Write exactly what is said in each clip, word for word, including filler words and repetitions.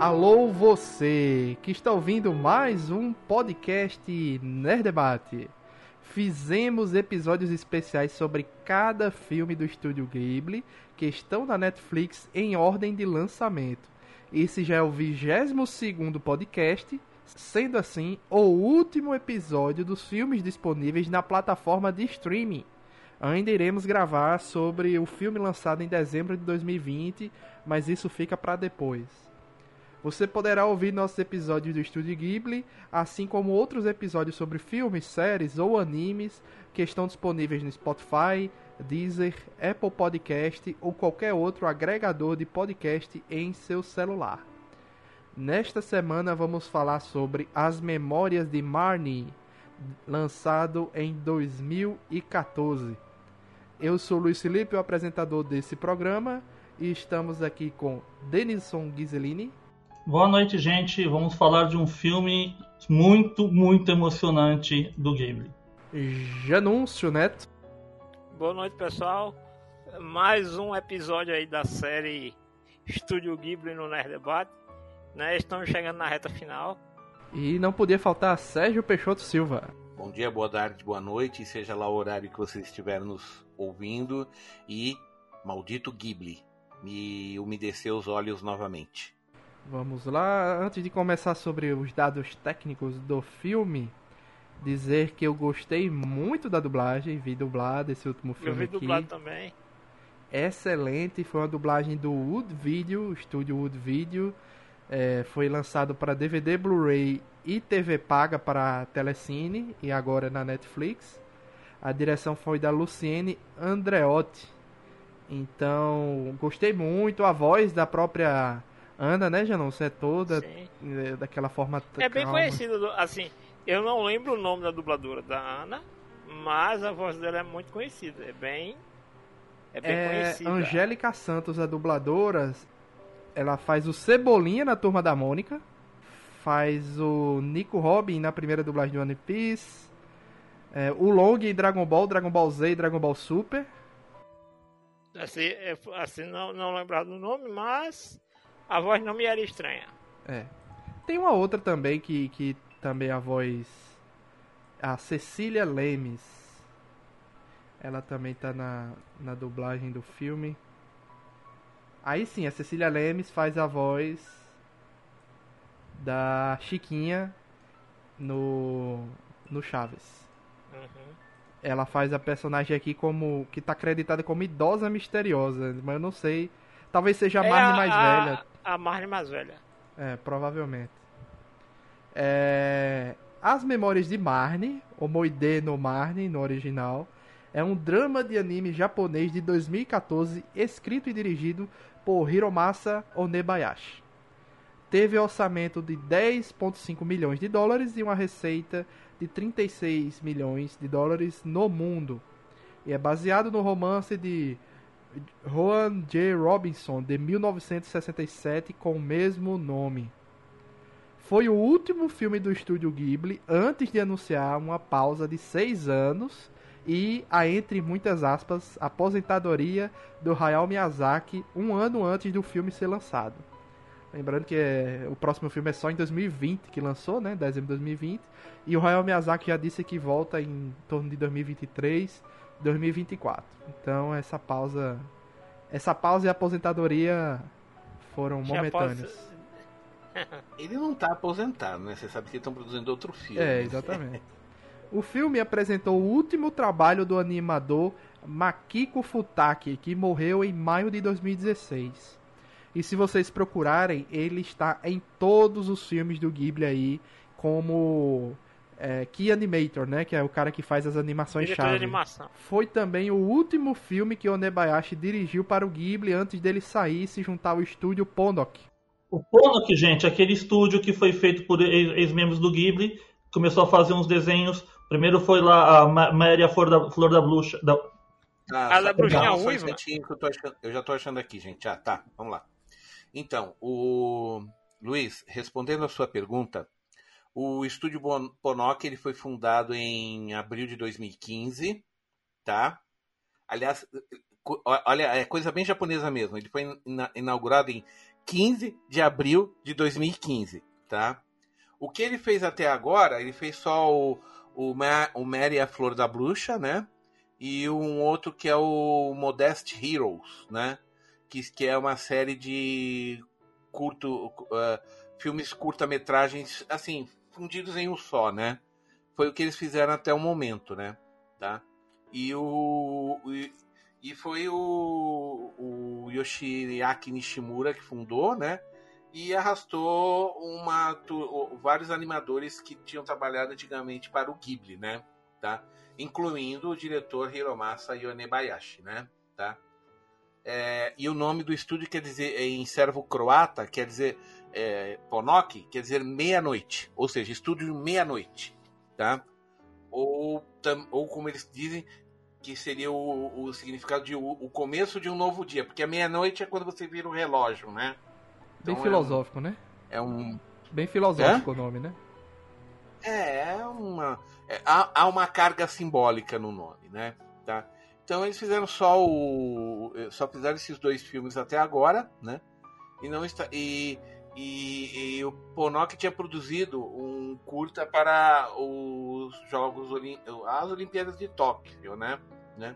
Alô você que está ouvindo mais um podcast Nerd Debate. Fizemos episódios especiais sobre cada filme do Estúdio Ghibli que estão na Netflix em ordem de lançamento. Esse já é o vigésimo segundo podcast, sendo assim o último episódio dos filmes disponíveis na plataforma de streaming. Ainda iremos gravar sobre o filme lançado em dezembro de dois mil e vinte, mas isso fica para depois. Você poderá ouvir nossos episódios do Estúdio Ghibli, assim como outros episódios sobre filmes, séries ou animes que estão disponíveis no Spotify, Deezer, Apple Podcast ou qualquer outro agregador de podcast em seu celular. Nesta semana vamos falar sobre As Memórias de Marnie, lançado em dois mil e quatorze. Eu sou Luiz Felipe, o apresentador desse programa, e estamos aqui com Denison Ghiseline. Boa noite, gente. Vamos falar de um filme muito, muito emocionante do Ghibli. Janúncio Neto. Boa noite, pessoal. Mais um episódio aí da série Estúdio Ghibli no Nerd Debate. Né? Estamos chegando na reta final. E não podia faltar Sérgio Peixoto Silva. Bom dia, boa tarde, boa noite, seja lá o horário que vocês estiverem nos ouvindo. E maldito Ghibli, me umedeceu os olhos novamente. Vamos lá, antes de começar sobre os dados técnicos do filme, dizer que eu gostei muito da dublagem, vi dublado esse último filme. Eu vi aqui. dublado também. Excelente, foi uma dublagem do Wood Video, estúdio Wood Video. É, foi lançado para D V D, Blu-ray e T V paga para Telecine e agora na Netflix. A direção foi da Luciene Andreotti. Então, gostei muito, a voz da própria Ana, né, Janão? Você é toda Sim. daquela forma. É bem calma. conhecido, assim, eu não lembro o nome da dubladora da Ana, mas a voz dela é muito conhecida, é bem, é bem é, conhecida. Angélica Santos, a dubladora, ela faz o Cebolinha na Turma da Mônica, faz o Nico Robin na primeira dublagem do One Piece, é, o Long em Dragon Ball, Dragon Ball Z e Dragon Ball Super. Assim, assim não, não lembrar do nome, mas a voz não me era estranha. É. Tem uma outra também que, que também a voz... A Cecília Lemes. Ela também tá na, na dublagem do filme. Aí sim, a Cecília Lemes faz a voz da Chiquinha no, no Chaves. Uhum. Ela faz a personagem aqui como... que tá acreditada como idosa misteriosa, mas eu não sei... Talvez seja a É Marnie a, mais a, velha. A Marnie mais velha. É, provavelmente. É... As Memórias de Marnie, Omoide no Marnie, no original, é um drama de anime japonês de dois mil e quatorze, escrito e dirigido por Hiromasa Onebayashi. Teve orçamento de dez vírgula cinco milhões de dólares e uma receita de trinta e seis milhões de dólares no mundo. E é baseado no romance de Rowan J. Robinson, de mil novecentos e sessenta e sete, com o mesmo nome. Foi o último filme do estúdio Ghibli antes de anunciar uma pausa de seis anos e a, entre muitas aspas, aposentadoria do Hayao Miyazaki um ano antes do filme ser lançado. Lembrando que é, o próximo filme é só em dois mil e vinte, que lançou, né, dezembro de dois mil e vinte, e o Hayao Miyazaki já disse que volta em torno de dois mil e vinte e três, dois mil e vinte e quatro. Então essa pausa, essa pausa e a aposentadoria foram Já momentâneos. posso- Ele não tá aposentado, né? Você sabe que estão produzindo outro filme. É, exatamente. O filme apresentou o último trabalho do animador Makiko Futaki, que morreu em maio de dois mil e dezesseis. E se vocês procurarem, ele está em todos os filmes do Ghibli aí, como é, Key Animator, né? Que é o cara que faz as animações Diretor de chave. animação. Foi também o último filme que Onebayashi dirigiu para o Ghibli antes dele sair e se juntar ao estúdio Pondock. O Ponok, gente, aquele estúdio que foi feito por ex- ex-membros do Ghibli, começou a fazer uns desenhos. Primeiro foi lá a Ma- Maria Flor da, Flor da Bruxa. Da... Ah, A da só- Bruxinha só um Ruiva? instantinho que eu, tô achando, eu já tô achando aqui, gente. Ah, tá, vamos lá. Então, o Luiz, respondendo a sua pergunta, o estúdio Bon- Ponok ele foi fundado em abril de dois mil e quinze, tá? Aliás, co- olha, é coisa bem japonesa mesmo. Ele foi ina- inaugurado em quinze de abril de dois mil e quinze, tá? O que ele fez até agora, ele fez só o, o, Ma, o Mary e a Flor da Bruxa, né? E um outro que é o Modest Heroes, né? Que, que é uma série de curto, uh, filmes curta-metragens, assim, fundidos em um só, né? Foi o que eles fizeram até o momento, né? Tá? E o... E, e foi o, o Yoshiaki Nishimura que fundou, né? E arrastou uma, tu, vários animadores que tinham trabalhado antigamente para o Ghibli, né? Tá? Incluindo o diretor Hiromasa Yonebayashi, né? Tá? É, e o nome do estúdio quer dizer, em servo-croata, quer dizer é, Ponok, quer dizer meia-noite, ou seja, estúdio meia-noite, tá? Ou, tam, ou como eles dizem, que seria o, o significado de o, o começo de um novo dia, porque a meia-noite é quando você vira o relógio, né? Bem então filosófico, é um, né? É um... Bem filosófico é? O nome, né? É, é uma... É, há, há uma carga simbólica no nome, né? Tá? Então eles fizeram só o... Só fizeram esses dois filmes até agora, né? E não está... E, e, e o Ponok tinha produzido um curta para os Jogos Olim... as Olimpíadas de Tóquio, né? né?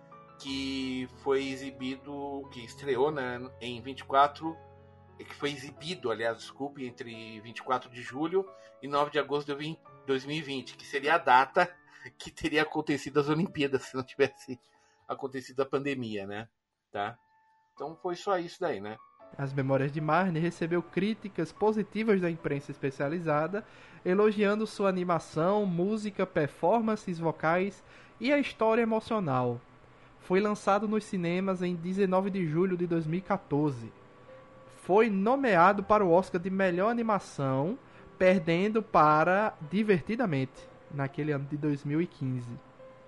Que foi exibido... Que estreou, né? Em vinte e quatro... que foi exibido, aliás, desculpe, entre vinte e quatro de julho e nove de agosto de dois mil e vinte, que seria a data que teria acontecido as Olimpíadas se não tivesse acontecido a pandemia, né? Tá? Então foi só isso daí, né? As Memórias de Marnie recebeu críticas positivas da imprensa especializada, elogiando sua animação, música, performances vocais e a história emocional. Foi lançado nos cinemas em dezenove de julho de dois mil e quatorze. Foi nomeado para o Oscar de Melhor Animação, perdendo para Divertidamente, naquele ano de dois mil e quinze.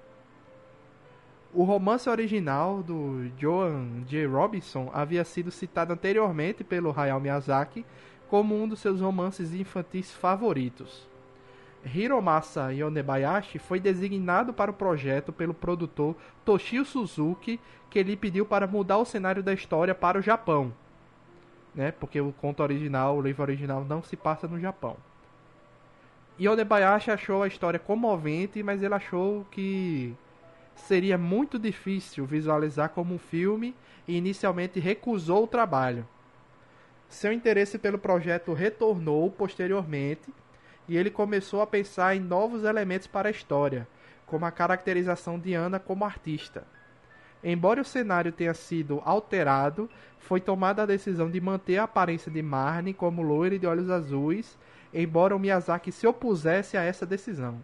O romance original do Joan J. Robinson havia sido citado anteriormente pelo Hayao Miyazaki como um dos seus romances infantis favoritos. Hiromasa Yonebayashi foi designado para o projeto pelo produtor Toshio Suzuki, que lhe pediu para mudar o cenário da história para o Japão. Né, porque o conto original, o livro original, não se passa no Japão. Yonebayashi achou a história comovente, mas ele achou que seria muito difícil visualizar como um filme e inicialmente recusou o trabalho. Seu interesse pelo projeto retornou posteriormente e ele começou a pensar em novos elementos para a história, como a caracterização de Anna como artista. Embora o cenário tenha sido alterado, foi tomada a decisão de manter a aparência de Marnie como loira e de olhos azuis, embora o Miyazaki se opusesse a essa decisão.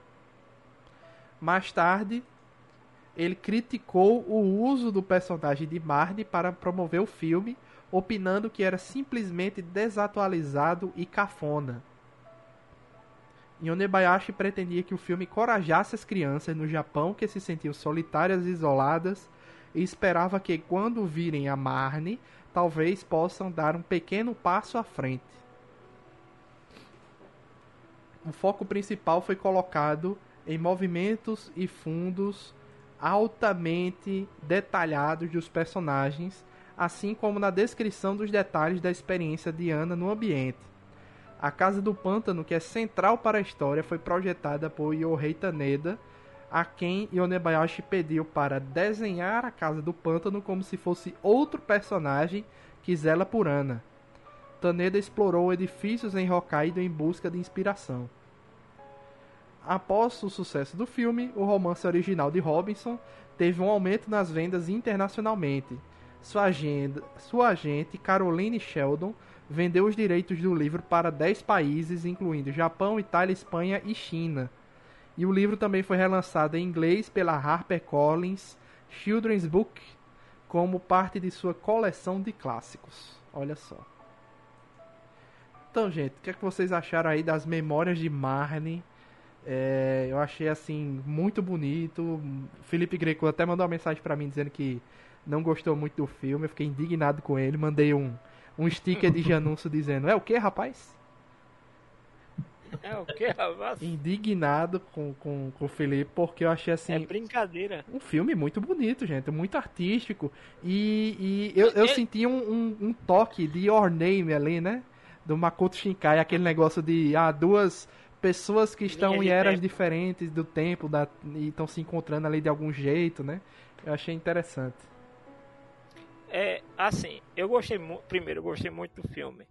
Mais tarde, ele criticou o uso do personagem de Marnie para promover o filme, opinando que era simplesmente desatualizado e cafona. Yonebayashi pretendia que o filme encorajasse as crianças no Japão que se sentiam solitárias e isoladas e esperava que, quando virem a Marnie, talvez possam dar um pequeno passo à frente. O foco principal foi colocado em movimentos e fundos altamente detalhados dos personagens, assim como na descrição dos detalhes da experiência de Anna no ambiente. A Casa do Pântano, que é central para a história, foi projetada por Yohei Taneda, a quem Yonebayashi pediu para desenhar a Casa do Pântano como se fosse outro personagem que zela por Anna. Taneda explorou edifícios em Hokkaido em busca de inspiração. Após o sucesso do filme, o romance original de Robinson teve um aumento nas vendas internacionalmente. Sua, agenda, sua agente, Caroline Sheldon, vendeu os direitos do livro para dez países, incluindo Japão, Itália, Espanha e China. E o livro também foi relançado em inglês pela HarperCollins Children's Book como parte de sua coleção de clássicos. Olha só. Então, gente, o que é que vocês acharam aí das Memórias de Marnie? É, eu achei assim muito bonito. Felipe Greco até mandou uma mensagem pra mim dizendo que não gostou muito do filme. Eu fiquei indignado com ele. Mandei um, um sticker de anúncio dizendo: é o que, rapaz? É o que, rapaz? Indignado com, com, com o Felipe, porque eu achei assim. É brincadeira. Um filme muito bonito, gente, muito artístico. E, e eu, eu É- senti um, um, um toque de Your Name ali, né? Do Makoto Shinkai, aquele negócio de ah, duas pessoas que estão Linhas em de eras tempo. diferentes do tempo da, e estão se encontrando ali de algum jeito, né? Eu achei interessante. É, assim, eu gostei muito. Primeiro, eu gostei muito do filme.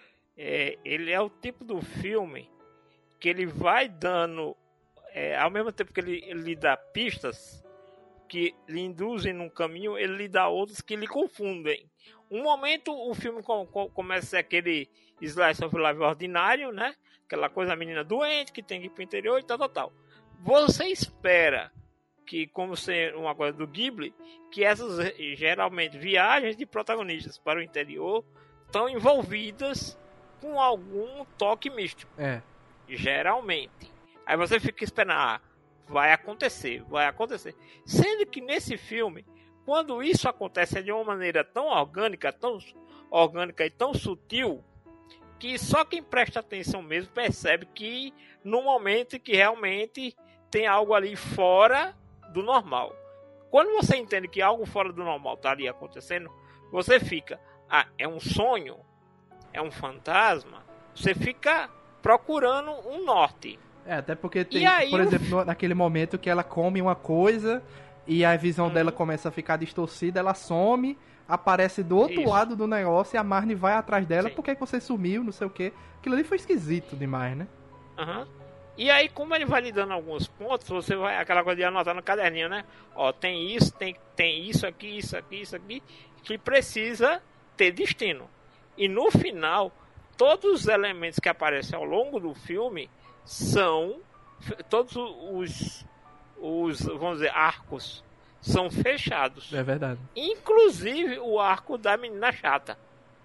É, ele é o tipo do filme que ele vai dando, é, ao mesmo tempo que ele, ele lhe dá pistas que lhe induzem num caminho, ele lhe dá outros que lhe confundem. Um momento o filme com, com, começa a ser aquele slice of life ordinário, né? Aquela coisa, a menina doente que tem que ir pro interior e tal, tal, tal. Você espera que, como ser uma coisa do Ghibli, que essas geralmente viagens de protagonistas para o interior estão envolvidas com algum toque místico. É. Geralmente. Aí você fica esperando, ah, vai acontecer, vai acontecer. Sendo que nesse filme, quando isso acontece é de uma maneira tão orgânica, tão orgânica e tão sutil, que só quem presta atenção mesmo percebe que no momento que realmente tem algo ali fora do normal. Quando você entende que algo fora do normal está ali acontecendo, você fica, ah, é um sonho? É um fantasma? Você fica procurando um norte. É, até porque tem, E aí por o exemplo, fi- no- naquele momento que ela come uma coisa e a visão Uhum. dela começa a ficar distorcida, ela some, aparece do outro Isso. lado do negócio e a Marnie vai atrás dela, Sim. por que que você sumiu, não sei o quê. Aquilo ali foi esquisito demais, né? Aham. E aí, como ele vai lhe dando alguns pontos, você vai, aquela coisa de anotar no caderninho, né? Ó, tem isso, tem, tem isso aqui, isso aqui, isso aqui, que precisa ter destino. E no final, todos os elementos que aparecem ao longo do filme são, todos os, os vamos dizer, arcos são fechados. É verdade. Inclusive o arco da menina chata,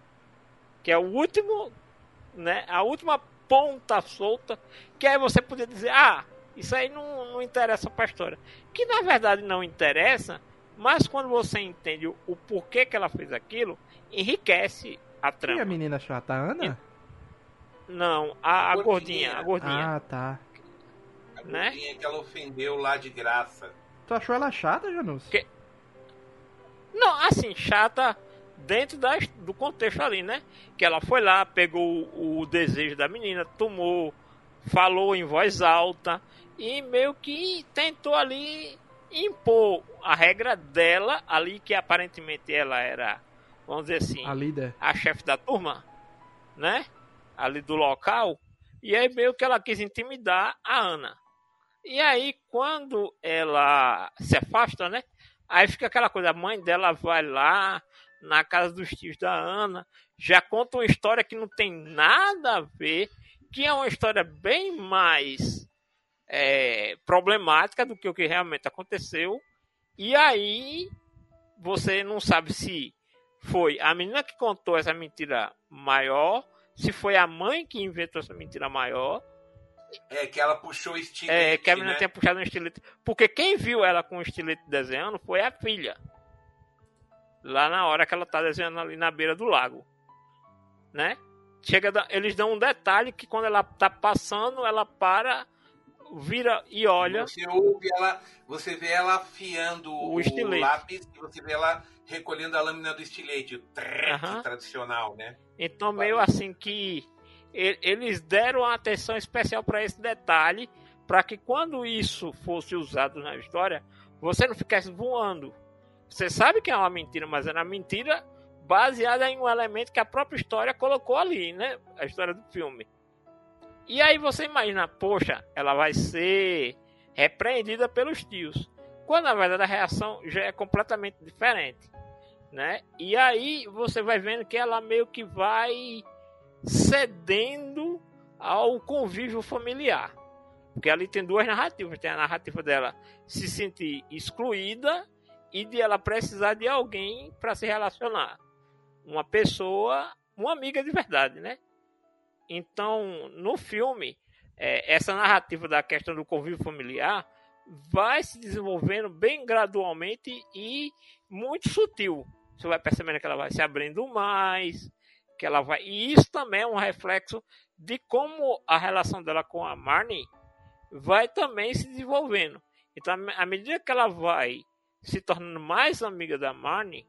que é o último, né, a última ponta solta, que aí você poder dizer, ah, isso aí não, não interessa pra história, que na verdade não interessa, mas quando você entende o, o porquê que ela fez aquilo, enriquece a E trama. a menina chata, a Ana? Não, a, a Gordinha. gordinha, a gordinha, Ah, tá. A né? gordinha que ela ofendeu lá de graça. Tu achou ela chata, Janus? Que- Não, assim, chata dentro da, do contexto ali, né? Que ela foi lá, pegou o, o desejo da menina, tomou, falou em voz alta e meio que tentou ali impor a regra dela ali, que aparentemente ela era, vamos dizer assim, A líder. a chefe da turma, né? Ali do local. E aí meio que ela quis intimidar a Ana. E aí quando ela se afasta, né? Aí fica aquela coisa, a mãe dela vai lá na casa dos tios da Ana, já conta uma história que não tem nada a ver, que é uma história bem mais é, problemática do que o que realmente aconteceu. E aí você não sabe se foi a menina que contou essa mentira maior, se foi a mãe que inventou essa mentira maior, É que ela puxou o estilete, é, que a menina né? tinha puxado um estilete. Porque quem viu ela com o estilete desenhando foi a filha. Lá na hora que ela tá desenhando ali na beira do lago. Né? Chega, da- eles dão um detalhe que quando ela tá passando, ela para, vira e olha. Você ouve ela, você vê ela afiando O o, estilete. lápis e você vê ela recolhendo a lâmina do estilete, o treque Aham. tradicional, né? Então, meio assim que e- eles deram uma atenção especial para esse detalhe, para que quando isso fosse usado na história, você não ficasse voando. Você sabe que é uma mentira, mas é uma mentira baseada em um elemento que a própria história colocou ali, né? A história do filme. E aí você imagina, poxa, ela vai ser repreendida pelos tios. Quando na verdade a reação já é completamente diferente, né? E aí você vai vendo que ela meio que vai cedendo ao convívio familiar. Porque ali tem duas narrativas. Tem a narrativa dela se sentir excluída e de ela precisar de alguém para se relacionar. Uma pessoa, uma amiga de verdade, né? Então, no filme, é, essa narrativa da questão do convívio familiar vai se desenvolvendo bem gradualmente e muito sutil. Você vai percebendo que ela vai se abrindo mais, que ela vai... E isso também é um reflexo de como a relação dela com a Marnie vai também se desenvolvendo. Então, à medida que ela vai se tornando mais amiga da Marnie,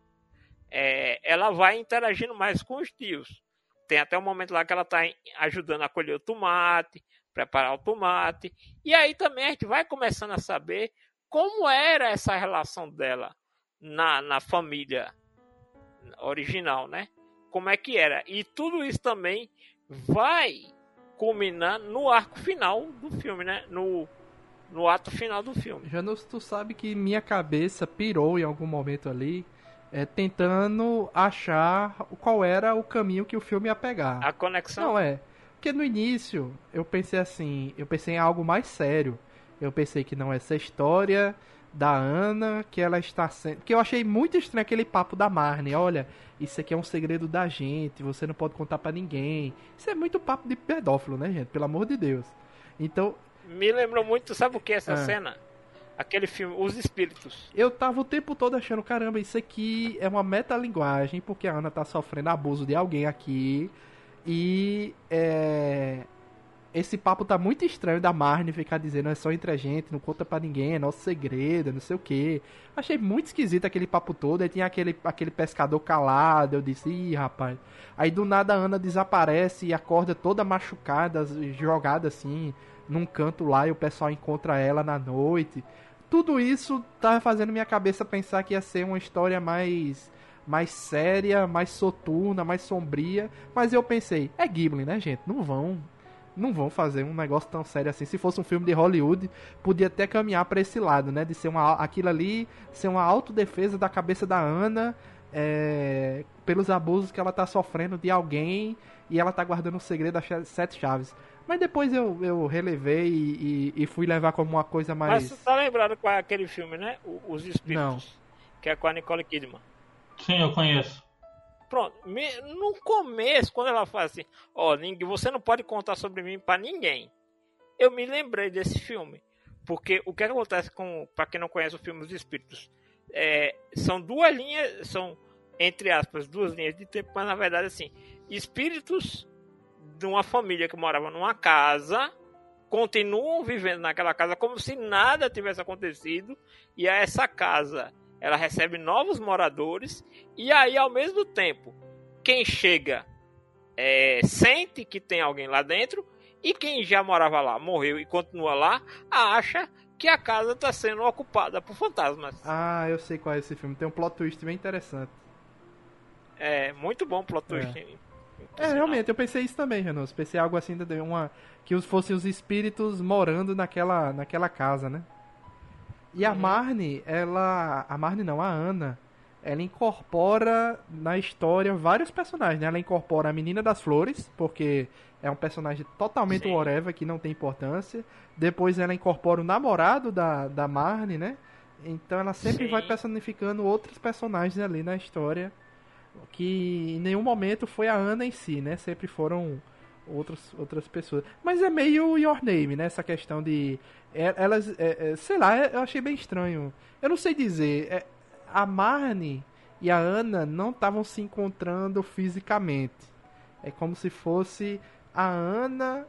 é, ela vai interagindo mais com os tios. Tem até um momento lá que ela está ajudando a colher o tomate, preparar o tomate. E aí também a gente vai começando a saber como era essa relação dela na, na família original, né? Como é que era. E tudo isso também vai culminar no arco final do filme, né? No, no ato final do filme. Janus, tu sabe que minha cabeça pirou em algum momento ali, é, tentando achar qual era o caminho que o filme ia pegar. A conexão? Não, é. Porque no início eu pensei assim, eu pensei em algo mais sério. Eu pensei que não, essa história da Ana, que ela está sendo... Porque eu achei muito estranho aquele papo da Marnie. Olha, isso aqui é um segredo da gente, você não pode contar pra ninguém. Isso é muito papo de pedófilo, né, gente? Pelo amor de Deus. Então... Me lembrou muito, sabe o que é essa Ah. cena? Aquele filme, Os Espíritos. Eu tava o tempo todo achando, caramba, isso aqui é uma metalinguagem, porque a Ana tá sofrendo abuso de alguém aqui. E é... esse papo tá muito estranho da Marnie ficar dizendo é só entre a gente, não conta pra ninguém, é nosso segredo, não sei o que. Achei muito esquisito aquele papo todo. Aí tinha aquele, aquele pescador calado. Eu disse, ih, rapaz. Aí do nada a Ana desaparece e acorda toda machucada, jogada assim, num canto lá, e o pessoal encontra ela na noite. Tudo isso tá fazendo minha cabeça pensar que ia ser uma história mais... mais séria, mais soturna, mais sombria. Mas eu pensei, é Ghibli, né, gente? Não vão... Não vão fazer um negócio tão sério assim. Se fosse um filme de Hollywood, podia até caminhar para esse lado, né? De ser uma, aquilo ali, ser uma autodefesa da cabeça da Ana, é, pelos abusos que ela tá sofrendo de alguém, e ela tá guardando o segredo das sete chaves. Mas depois eu, eu relevei e, e, e fui levar como uma coisa mais... Mas você tá lembrado qual é aquele filme, né? O- Os Espíritos. Não. Que é com a Nicole Kidman. Sim, eu conheço. Pronto, me- no começo, quando ela fala assim, ó, ninguém, você não pode contar sobre mim pra ninguém. Eu me lembrei desse filme. Porque o que acontece com, pra quem não conhece o filme Os Espíritos, é, são duas linhas, são, entre aspas, duas linhas de tempo, mas na verdade, assim, espíritos de uma família que morava numa casa, continuam vivendo naquela casa como se nada tivesse acontecido, e aí essa casa... ela recebe novos moradores, e aí, ao mesmo tempo, quem chega é, sente que tem alguém lá dentro, e quem já morava lá, morreu e continua lá, acha que a casa está sendo ocupada por fantasmas. Ah, eu sei qual é esse filme. Tem um plot twist bem interessante. É muito bom o plot twist. É. por É, sinal. realmente, eu pensei isso também, Janus. Pensei algo assim, de uma, que os- fossem os espíritos morando naquela, naquela casa, né? E a Uhum. Marnie, ela... A Marnie não, a Ana, ela incorpora na história vários personagens, né? Ela incorpora a Menina das Flores, porque é um personagem totalmente Sim. whatever, que não tem importância. Depois ela incorpora o namorado da, da Marnie, né? Então ela sempre Sim. vai personificando outros personagens ali na história, que em nenhum momento foi a Ana em si, né? Sempre foram outros, outras pessoas. Mas é meio Your Name, né? Essa questão de... é- Elas, é, é, sei lá, é- eu achei bem estranho. Eu não sei dizer. é, a Marnie e a Ana não estavam se encontrando fisicamente. É como se fosse a Ana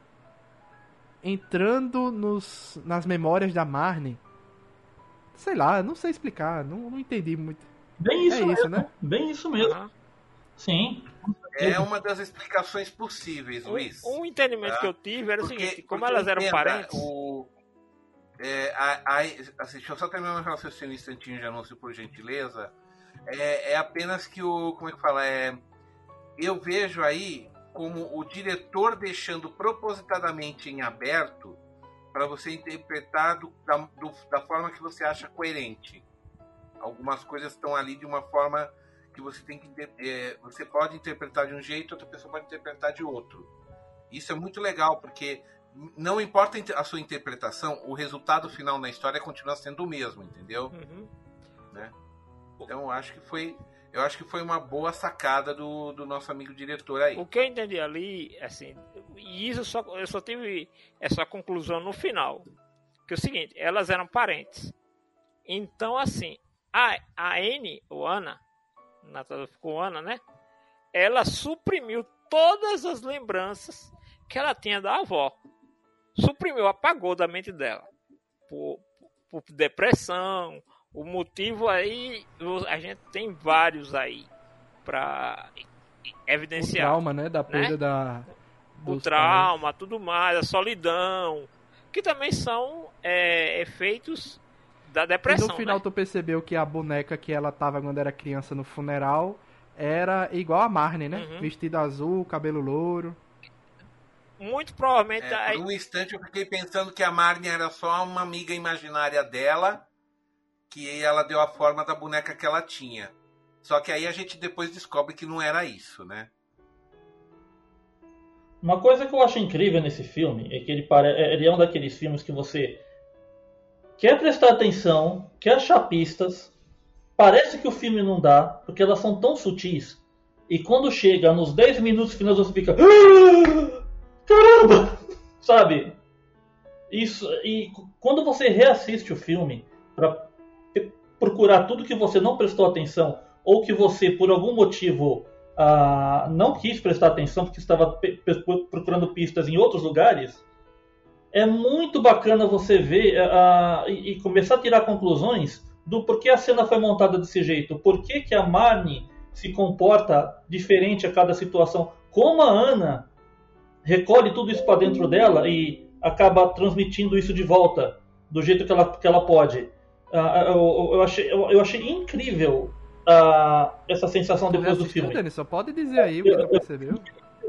entrando nos, nas memórias da Marnie. Sei lá, não sei explicar. Não, não entendi muito. Bem isso É isso, mesmo. né? Bem isso mesmo. Aham. Sim. É uma das explicações possíveis, Luiz. Um, um entendimento Tá? que eu tive era o Porque- seguinte, como porque elas eram entenda, parentes... O, é, a, a, assim, deixa eu só terminar meu raciocínio um instantinho de anúncio, por gentileza. É, é apenas que o. Como é que fala? É, eu vejo aí como o diretor deixando propositadamente em aberto para você interpretar do, da, do, da forma que você acha coerente. Algumas coisas estão ali de uma forma que você tem que inter- é, você pode interpretar de um jeito, outra pessoa pode interpretar de outro. Isso é muito legal, porque não importa a inter- a sua interpretação, o resultado final na história continua sendo o mesmo, entendeu? Uhum. Então eu acho que foi, eu acho que foi uma boa sacada do, do nosso amigo diretor aí. O que eu entendi ali, assim, e isso só, eu só tive essa conclusão no final. Que é o seguinte, elas eram parentes. Então, assim, a, a Anne, ou Ana, na tradução ficou Ana, né? Ela suprimiu todas as lembranças que ela tinha da avó. Suprimiu, apagou da mente dela. Por, por depressão, o motivo aí, a gente tem vários aí para evidenciar. O trauma, né? Da perda né? da... O trauma, pais. Tudo mais, a solidão, que também são é, efeitos da depressão. E no final, né? Tu percebeu que a boneca que ela tava quando era criança no funeral era igual a Marnie, né? Uhum. Vestido azul, cabelo louro. Muito provavelmente... É, por um instante eu fiquei pensando que a Marnie era só uma amiga imaginária dela, que ela deu a forma da boneca que ela tinha. Só que aí a gente depois descobre que não era isso, né? Uma coisa que eu acho incrível nesse filme é que ele, pare... ele é um daqueles filmes que você quer prestar atenção, quer achar pistas, parece que o filme não dá, porque elas são tão sutis, e quando chega nos dez minutos finais você fica... Ah, caramba! Sabe? Isso, e quando você reassiste o filme para procurar tudo que você não prestou atenção, ou que você, por algum motivo... Uh, não quis prestar atenção porque estava pe- procurando pistas em outros lugares, é muito bacana você ver uh, e, e começar a tirar conclusões do porquê a cena foi montada desse jeito, por que que a Marnie se comporta diferente a cada situação, como a Ana recolhe tudo isso para dentro dela e acaba transmitindo isso de volta do jeito que ela, que ela pode. Uh, eu, eu, achei, eu, eu achei incrível Uh, essa sensação depois do filme. Dani, só pode dizer aí o que você percebeu.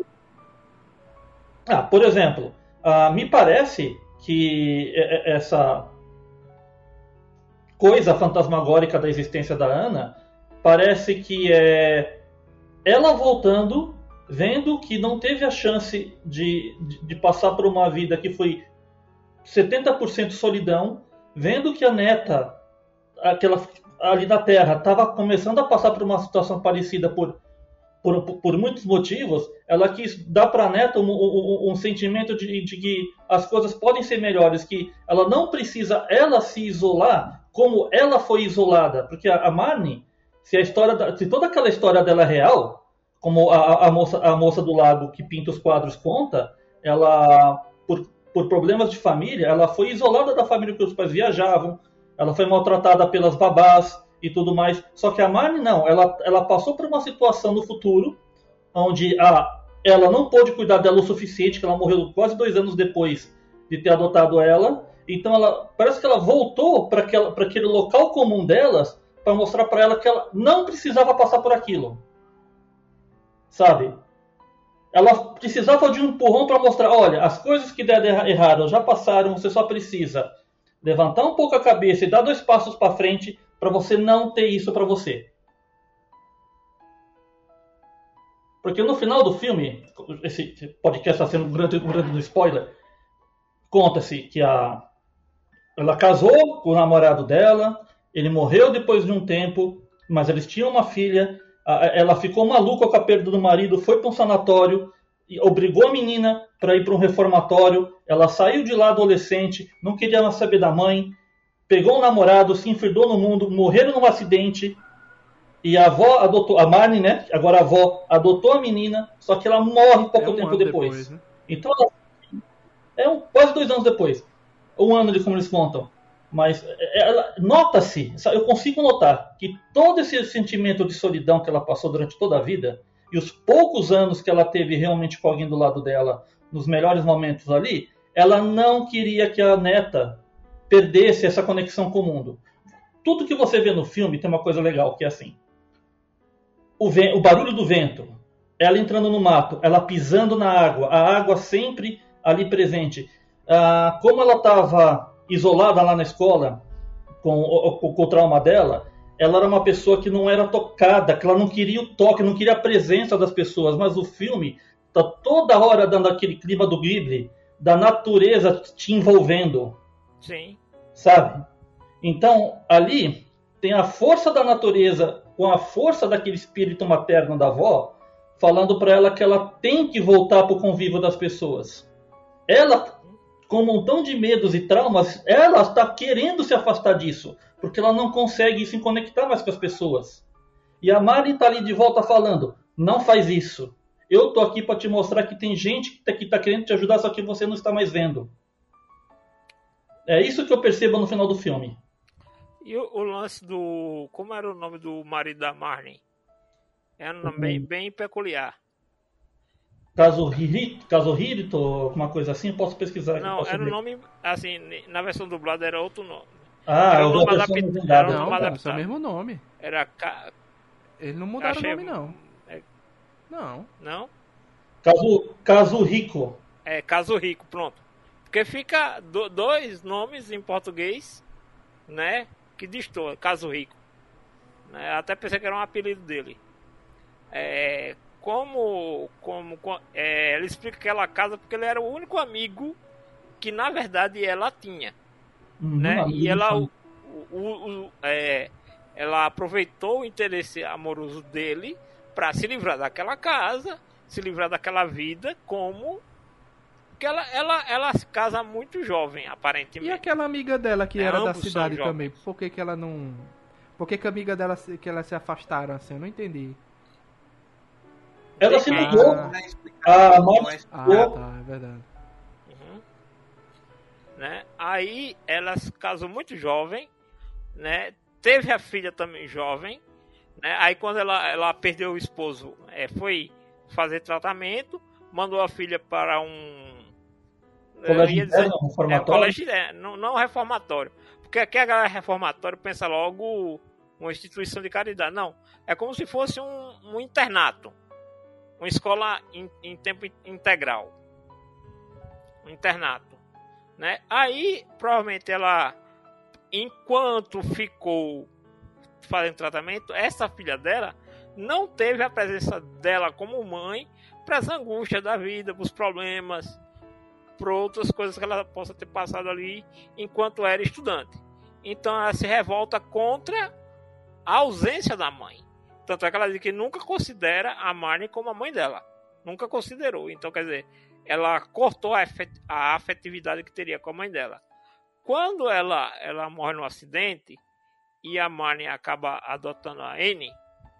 Ah, por exemplo, uh, me parece que essa coisa fantasmagórica da existência da Ana parece que é ela voltando, vendo que não teve a chance de, de, de passar por uma vida que foi setenta por cento solidão, vendo que a neta, aquela ali na Terra, estava começando a passar por uma situação parecida por, por, por muitos motivos, ela quis dar para a neta um, um, um sentimento de, de que as coisas podem ser melhores, que ela não precisa ela se isolar como ela foi isolada, porque a, a Marnie, se, a história da, se toda aquela história dela é real, como a, a, moça, a moça do lago que pinta os quadros conta, ela, por, por problemas de família, ela foi isolada da família porque os pais viajavam, ela foi maltratada pelas babás e tudo mais. Só que a Marnie não. Ela, ela passou por uma situação no futuro onde a, ela não pôde cuidar dela o suficiente, que ela morreu quase dois anos depois de ter adotado ela. Então ela parece que ela voltou para aquele local comum delas para mostrar para ela que ela não precisava passar por aquilo. Sabe? Ela precisava de um empurrão para mostrar, olha, as coisas que deram errado já passaram, você só precisa... levantar um pouco a cabeça e dar dois passos para frente para você não ter isso para você. Porque no final do filme, esse podcast está sendo um grande, um grande spoiler, conta-se que a, ela casou com o namorado dela, ele morreu depois de um tempo, mas eles tinham uma filha, ela ficou maluca com a perda do marido, foi para um sanatório, e obrigou a menina para ir para um reformatório. Ela saiu de lá adolescente, não queria mais saber da mãe, pegou um namorado, se enfirdou no mundo, morreram num acidente, e a avó adotou, a Marnie, né? Agora a avó adotou a menina, só que ela morre pouco é um tempo depois. depois né? Então, é um, quase dois anos depois. Um ano de como eles contam. Mas ela, nota-se, eu consigo notar que todo esse sentimento de solidão que ela passou durante toda a vida, e os poucos anos que ela teve realmente com alguém do lado dela, nos melhores momentos ali, ela não queria que a neta perdesse essa conexão com o mundo. Tudo que você vê no filme tem uma coisa legal, que é assim. O, ve- o barulho do vento, ela entrando no mato, ela pisando na água, a água sempre ali presente. Ah, como ela estava isolada lá na escola, com o, com, com o trauma dela, ela era uma pessoa que não era tocada, que ela não queria o toque, não queria a presença das pessoas, mas o filme está toda hora dando aquele clima do Ghibli, da natureza te envolvendo. Sim. Sabe? Então, ali tem a força da natureza com a força daquele espírito materno da avó, falando para ela que ela tem que voltar para o convívio das pessoas. Ela, com um montão de medos e traumas, ela está querendo se afastar disso, porque ela não consegue se conectar mais com as pessoas. E a Mari está ali de volta falando, não faz isso. eu tô aqui para te mostrar que tem gente que tá, que tá querendo te ajudar, só que você não está mais vendo. É isso que eu percebo no final do filme. E o, o lance do... Como era o nome do marido da Marnie? Era um nome uhum. bem, bem peculiar. Kazuhito, Kazuhito, alguma coisa assim? Posso pesquisar? Não, posso era o ver. nome... Assim, na versão dublada era outro nome. Ah, era o nome nome adaptado. Era o Não, nome cara, adaptado. é o mesmo nome. Era... Ka... Eles não mudaram Achei... o nome, não. É... Não. Não? Kazu, Kazuhiko. É, Kazuhiko, pronto. Porque fica do, dois nomes em português, né? Que destoa, Kazuhiko. Né, até pensei que era um apelido dele. É, como como é, ele explica aquela casa porque ele era o único amigo que na verdade ela tinha. Uhum, né? E ela, o, o, o, é, ela aproveitou o interesse amoroso dele para se livrar daquela casa, se livrar daquela vida, como que ela, ela, ela se casa muito jovem, aparentemente. E aquela amiga dela que é, era da cidade também, por que, que ela não... Por que, que a amiga dela que elas se afastaram assim? Eu não entendi. Ela se mudou. Ah, ah, mas... ah tá, é verdade. Uhum. Né? Aí ela se casou muito jovem, né? Teve a filha também jovem, né? Aí quando ela, ela perdeu o esposo, é, foi fazer tratamento, mandou a filha para um colégio interno, reformatório? É, colégio, é, não, não reformatório, porque aqui a galera reformatório pensa logo uma instituição de caridade. Não, é como se fosse um, um internato, uma escola em, em tempo integral, um internato, né? Aí provavelmente ela, enquanto ficou fazendo tratamento, essa filha dela não teve a presença dela como mãe para as angústias da vida, para os problemas, para outras coisas que ela possa ter passado ali enquanto era estudante. Então ela se revolta contra a ausência da mãe. Tanto é que ela diz que nunca considera a Marnie como a mãe dela. Nunca considerou. Então, quer dizer, ela cortou a afetividade que teria com a mãe dela. Quando ela, ela morre num acidente e a Marnie acaba adotando a Annie,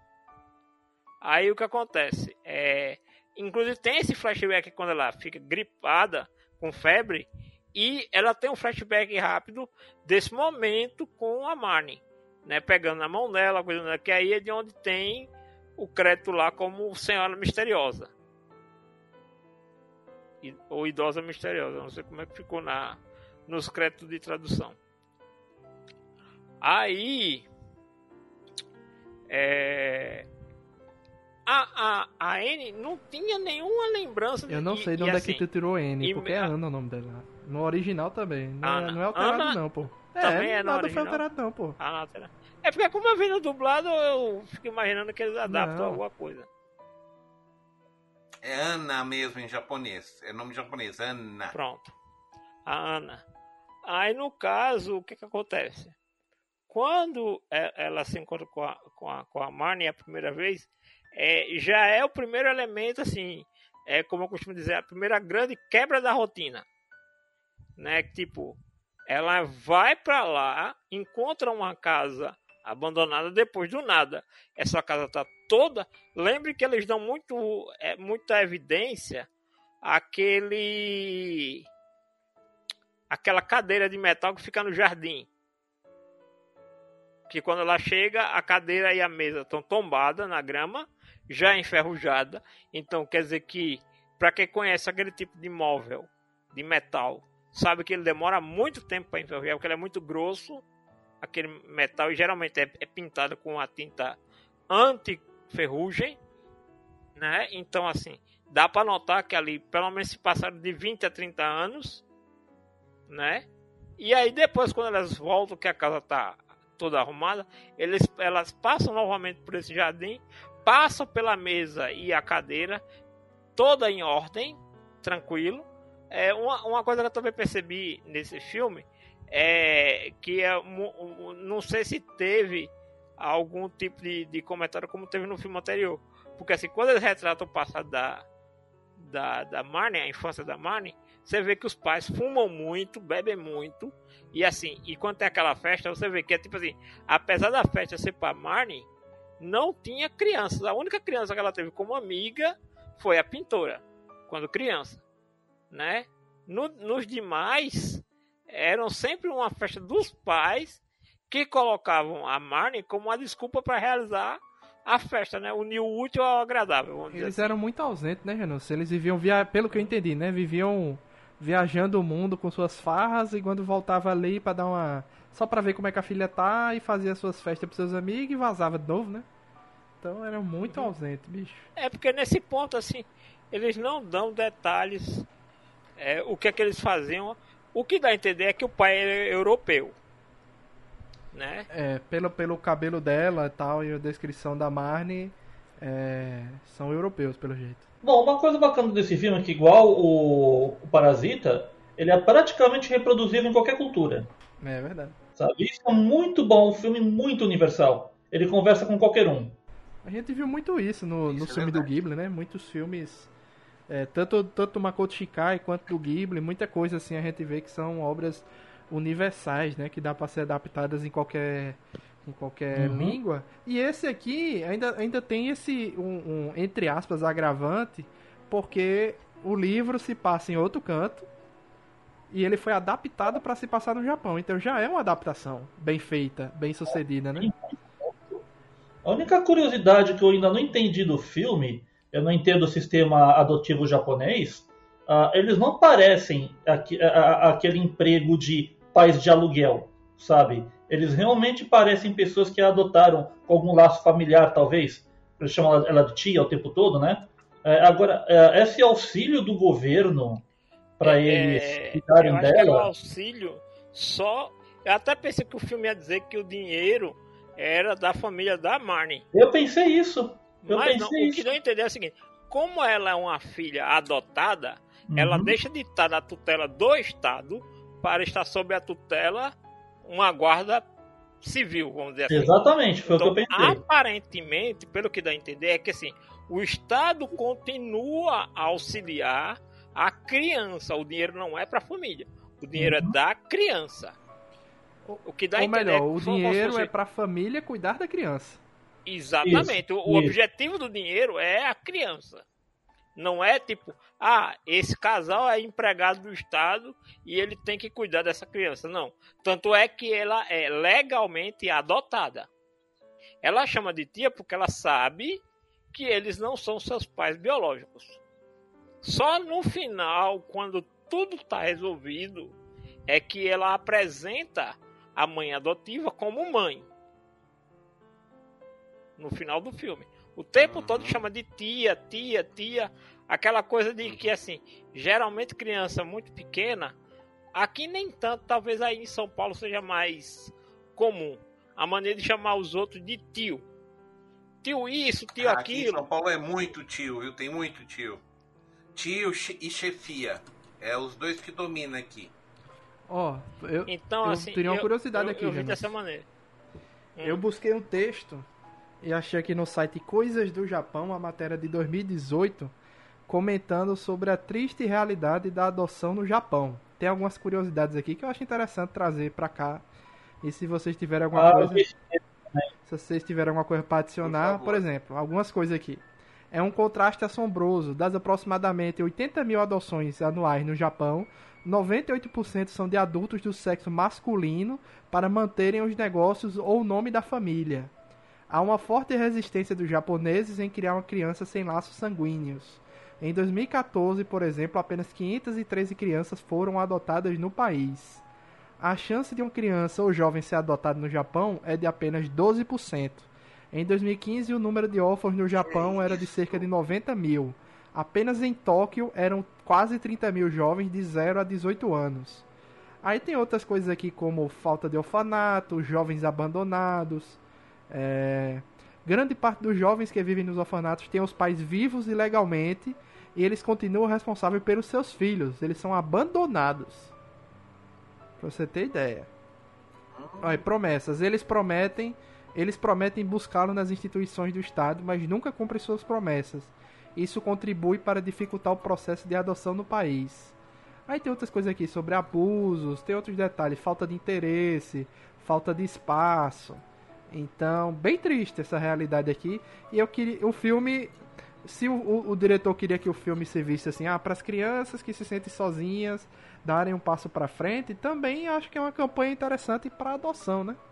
aí o que acontece? É, inclusive tem esse flashback quando ela fica gripada, com febre, e ela tem um flashback rápido desse momento com a Marnie, né, pegando na mão dela, coisa dela, que aí é de onde tem o crédito lá como Senhora Misteriosa. Ou Idosa Misteriosa, não sei como é que ficou na, nos créditos de tradução. Aí é, a, a, a Annie não tinha nenhuma lembrança de, eu não sei de onde é assim, que tu tirou Annie, e, porque é Ana o nome dela. No original também. Não, Ana, é, não é alterado Ana, não, pô. Também é, é no nada original. foi alterado não, pô. Ah, não, é porque como eu vi no dublado, eu fico imaginando que eles adaptam não. alguma coisa. É Ana mesmo em japonês. É nome japonês, Ana. Pronto. A Ana. Aí no caso, o que que acontece? Quando ela se encontra com a, com a, com a Marnie a primeira vez, é, já é o primeiro elemento, assim, é como eu costumo dizer, a primeira grande quebra da rotina. Né? Tipo, ela vai pra lá, encontra uma casa abandonada, depois do nada essa casa tá toda. Lembre que eles dão muito, é, muita evidência aquele aquela cadeira de metal que fica no jardim, que quando ela chega a cadeira e a mesa estão tombadas na grama, já enferrujada. Então quer dizer que para quem conhece aquele tipo de móvel de metal, sabe que ele demora muito tempo para enferrujar, porque ele é muito grosso, aquele metal, e geralmente é, é pintado com a tinta anti-ferrugem, né? Então, assim, dá para notar que ali, pelo menos, se passaram de vinte a trinta anos, né? E aí, depois, quando elas voltam, que a casa tá toda arrumada, eles, elas passam novamente por esse jardim, passam pela mesa e a cadeira, toda em ordem, tranquilo. É, uma, uma coisa que eu também percebi nesse filme é que é, não sei se teve algum tipo de, de comentário como teve no filme anterior, porque assim, quando eles retratam o passado da, da, da Marnie, a infância da Marnie, você vê que os pais fumam muito, bebem muito, e assim, e quando tem aquela festa, você vê que é tipo assim, apesar da festa ser pra Marnie, não tinha crianças. A única criança que ela teve como amiga foi a pintora, quando criança, né? No, nos demais, eram sempre uma festa dos pais que colocavam a Marnie como uma desculpa para realizar a festa, né? Unir o útil ao agradável, vamos dizer Eles assim. eram muito ausentes, né, Janus? Eles viviam, via... pelo que eu entendi, né? Viviam viajando o mundo com suas farras e quando voltava ali pra dar uma... Só pra ver como é que a filha tá e fazia suas festas pros seus amigos e vazava de novo, né? Então eram muito ausentes, bicho. É porque nesse ponto, assim, eles não dão detalhes, é, o que é que eles faziam. O que dá a entender é que o pai é europeu, né? É, pelo, pelo cabelo dela e tal, e a descrição da Marnie, é, são europeus, pelo jeito. Bom, uma coisa bacana desse filme é que, igual o, o Parasita, ele é praticamente reproduzível em qualquer cultura. É verdade. Sabe? Isso é muito bom, um filme muito universal. Ele conversa com qualquer um. A gente viu muito isso no, no Isso é filme do verdade. Ghibli, né? Muitos filmes, é, tanto, tanto do Makoto Shinkai quanto do Ghibli, muita coisa assim a gente vê que são obras universais, né? Que dá pra ser adaptadas em qualquer, em qualquer Uhum. língua. E esse aqui ainda, ainda tem esse, um, um, entre aspas, agravante, porque o livro se passa em outro canto e ele foi adaptado para se passar no Japão. Então já é uma adaptação bem feita, bem sucedida, né? A única curiosidade que eu ainda não entendi do filme, eu não entendo o sistema adotivo japonês, ah, eles não parecem aqu- a- a- aquele emprego de pais de aluguel, sabe? Eles realmente parecem pessoas que adotaram com algum laço familiar, talvez. Eles chamam ela- ela de tia o tempo todo, né? É, agora, é, esse auxílio do governo para eles É, cuidarem eu acho que era o dela, auxílio só. Eu até pensei que o filme ia dizer que o dinheiro era da família da Marnie. eu pensei isso. Eu Mas não, pensei o que isso. não entender é o seguinte: como ela é uma filha adotada, ela Uhum. deixa de estar na tutela do Estado para estar sob a tutela uma guarda civil, vamos dizer assim. Exatamente, foi Então, o que eu pensei. aparentemente, pelo que dá a entender, é que assim, o Estado continua a auxiliar a criança. O dinheiro não é para a família. O dinheiro Uhum. é da criança. O que dá a Ou entender melhor, é o que foi como se dinheiro fosse- é pra família cuidar da criança. Exatamente. Isso, o o isso. objetivo do dinheiro é a criança. Não é tipo, ah, esse casal é empregado do Estado e ele tem que cuidar dessa criança. Não. Tanto é que ela é legalmente adotada. Ela chama de tia porque ela sabe que eles não são seus pais biológicos. Só no final, quando tudo está resolvido, é que ela apresenta a mãe adotiva como mãe. No final do filme. O tempo Uhum. todo chama de tia, tia, tia. Aquela coisa de que, assim, geralmente criança muito pequena, aqui nem tanto, talvez aí em São Paulo seja mais comum. A maneira de chamar os outros de tio. Tio isso, tio Ah, aqui em aquilo. São Paulo é muito tio, viu? Tem muito tio. Tio che- e chefia. É os dois que dominam aqui. Ó, eu, Então, eu assim, teria uma eu- curiosidade eu, aqui, eu vi Janus. dessa maneira. Eu busquei um texto e achei aqui no site Coisas do Japão, uma matéria de dois mil e dezoito, comentando sobre a triste realidade da adoção no Japão. Tem algumas curiosidades aqui que eu acho interessante trazer pra cá. E se vocês tiverem alguma Ah, coisa, eu vi- se vocês tiverem alguma coisa para adicionar, Por por, favor. exemplo, algumas coisas aqui. É um contraste assombroso. Das aproximadamente oitenta mil adoções anuais no Japão, noventa e oito por cento são de adultos do sexo masculino para manterem os negócios ou o nome da família. Há uma forte resistência dos japoneses em criar uma criança sem laços sanguíneos. Em dois mil e quatorze, por exemplo, apenas quinhentas e treze crianças foram adotadas no país. A chance de uma criança ou jovem ser adotado no Japão é de apenas doze por cento. Em dois mil e quinze, o número de órfãos no Japão era de cerca de noventa mil. Apenas em Tóquio eram quase trinta mil jovens de zero a dezoito anos. Aí tem outras coisas aqui como falta de orfanato, jovens abandonados. É... Grande parte dos jovens que vivem nos orfanatos têm os pais vivos ilegalmente e eles continuam responsáveis pelos seus filhos. Eles são abandonados. Pra você ter ideia. Olha, promessas. Eles prometem, eles prometem buscá-lo nas instituições do Estado, mas nunca cumprem suas promessas. Isso contribui para dificultar o processo de adoção no país. Aí tem outras coisas aqui sobre abusos, tem outros detalhes, falta de interesse, falta de espaço. Então, bem triste essa realidade aqui. E eu queria, o filme se o, o, o diretor queria que o filme servisse assim, ah, para as crianças que se sentem sozinhas darem um passo para frente, também acho que é uma campanha interessante para adoção, né?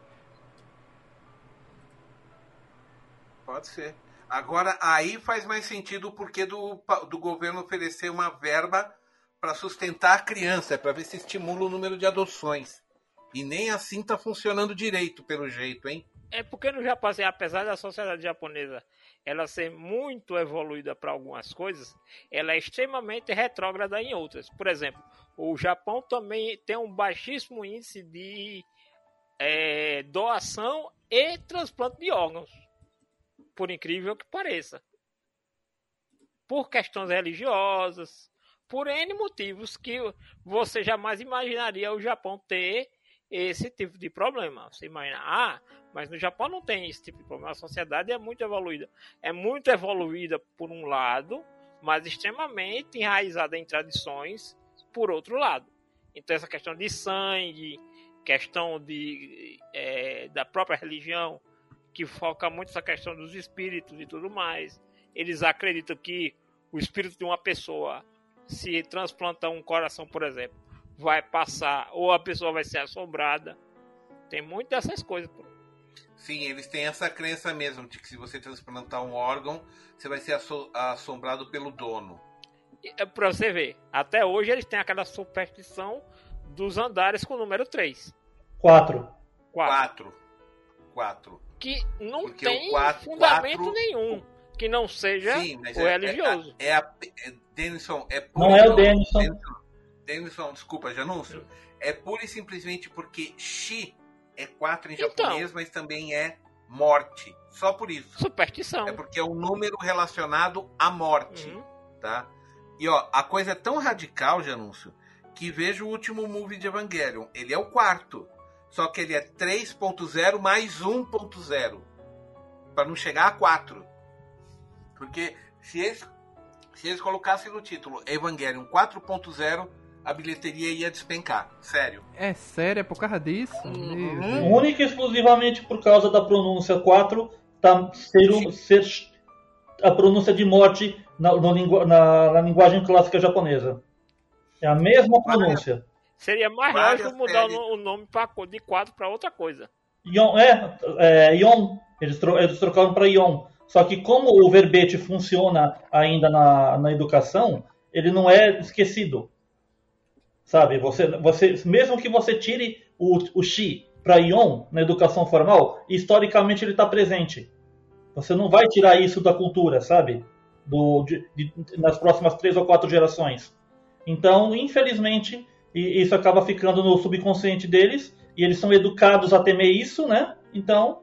Pode ser. Agora, aí faz mais sentido o porquê do, do governo oferecer uma verba para sustentar a criança, para ver se estimula o número de adoções. E nem assim tá funcionando direito, pelo jeito, hein? É porque no Japão, assim, apesar da sociedade japonesa ela ser muito evoluída para algumas coisas, ela é extremamente retrógrada em outras. Por exemplo, o Japão também tem um baixíssimo índice de é, doação e transplante de órgãos. Por incrível que pareça. Por questões religiosas, por N motivos que você jamais imaginaria o Japão ter esse tipo de problema. Você imagina, ah, mas no Japão não tem esse tipo de problema. A sociedade é muito evoluída. É muito evoluída por um lado, mas extremamente enraizada em tradições por outro lado. Então essa questão de sangue, questão de, é, da própria religião, que foca muito essa questão dos espíritos e tudo mais. Eles acreditam que o espírito de uma pessoa, se transplanta um coração, por exemplo, vai passar, ou a pessoa vai ser assombrada. Tem muitas dessas coisas. Sim, eles têm essa crença mesmo, de que se você transplantar um órgão, você vai ser assombrado pelo dono. É pra você ver, até hoje eles têm aquela superstição dos andares com o número três. Quatro. Quatro. Quatro. Que não Porque tem quatro, fundamento quatro... nenhum que não seja Sim, mas o é, religioso. É, é, a, é Denison, é pura, não é o Denison. Denison, Denison, desculpa, Janúncio. É pura e simplesmente porque Shi é quatro em japonês, então, mas também é morte. Só por isso. Superstição. É porque é um número relacionado à morte. Uhum. Tá? E ó, a coisa é tão radical, Janúncio, que veja o último movie de Evangelion. Ele é o quarto. Só que ele é três ponto zero mais um ponto zero. Para não chegar a quatro. Porque se eles, se eles colocassem no título Evangelion quatro ponto zero, a bilheteria ia despencar. Sério. É sério? É por causa disso? Uhum. Única e exclusivamente por causa da pronúncia quatro tá, ser, ser a pronúncia de morte na, no, na, na linguagem clássica japonesa. É a mesma pronúncia. Seria mais lógico mudar o nome pra, de quatro para outra coisa. Ion, é, é, Ion. Eles, tro, eles trocaram para Ion. Só que como o verbete funciona ainda na, na educação, ele não é esquecido. Sabe? Você, você, mesmo que você tire o, o Shi para Ion na educação formal, historicamente ele está presente. Você não vai tirar isso da cultura, sabe? Do, de, de, nas próximas três ou quatro gerações. Então, infelizmente... E isso acaba ficando no subconsciente deles. E eles são educados a temer isso, né? Então...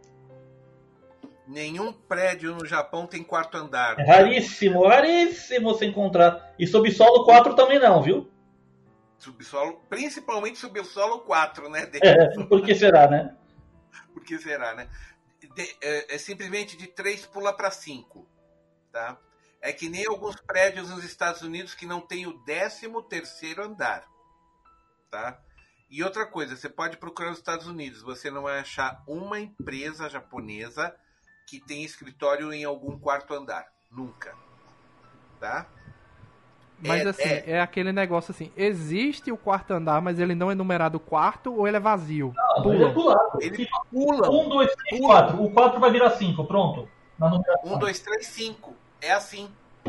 Nenhum prédio no Japão tem quarto andar. É raríssimo, raríssimo você encontrar. E subsolo quatro também não, viu? Subsolo, principalmente subsolo quatro, né? É, por que será, né? Por que será, né? De, é, é simplesmente de três pula para cinco, tá? É que nem alguns prédios nos Estados Unidos que não tem o décimo terceiro andar, tá? E outra coisa, você pode procurar nos Estados Unidos, você não vai achar uma empresa japonesa que tem escritório em algum quarto andar. Nunca. Tá? Mas é, assim, é... é aquele negócio assim, existe o quarto andar, mas ele não é numerado quarto ou ele é vazio? Não, pula. Ele é pulado. Ele pula. Um, dois, três, pula. quatro. O quatro vai virar cinco, pronto. Um, dois, três, cinco. É assim.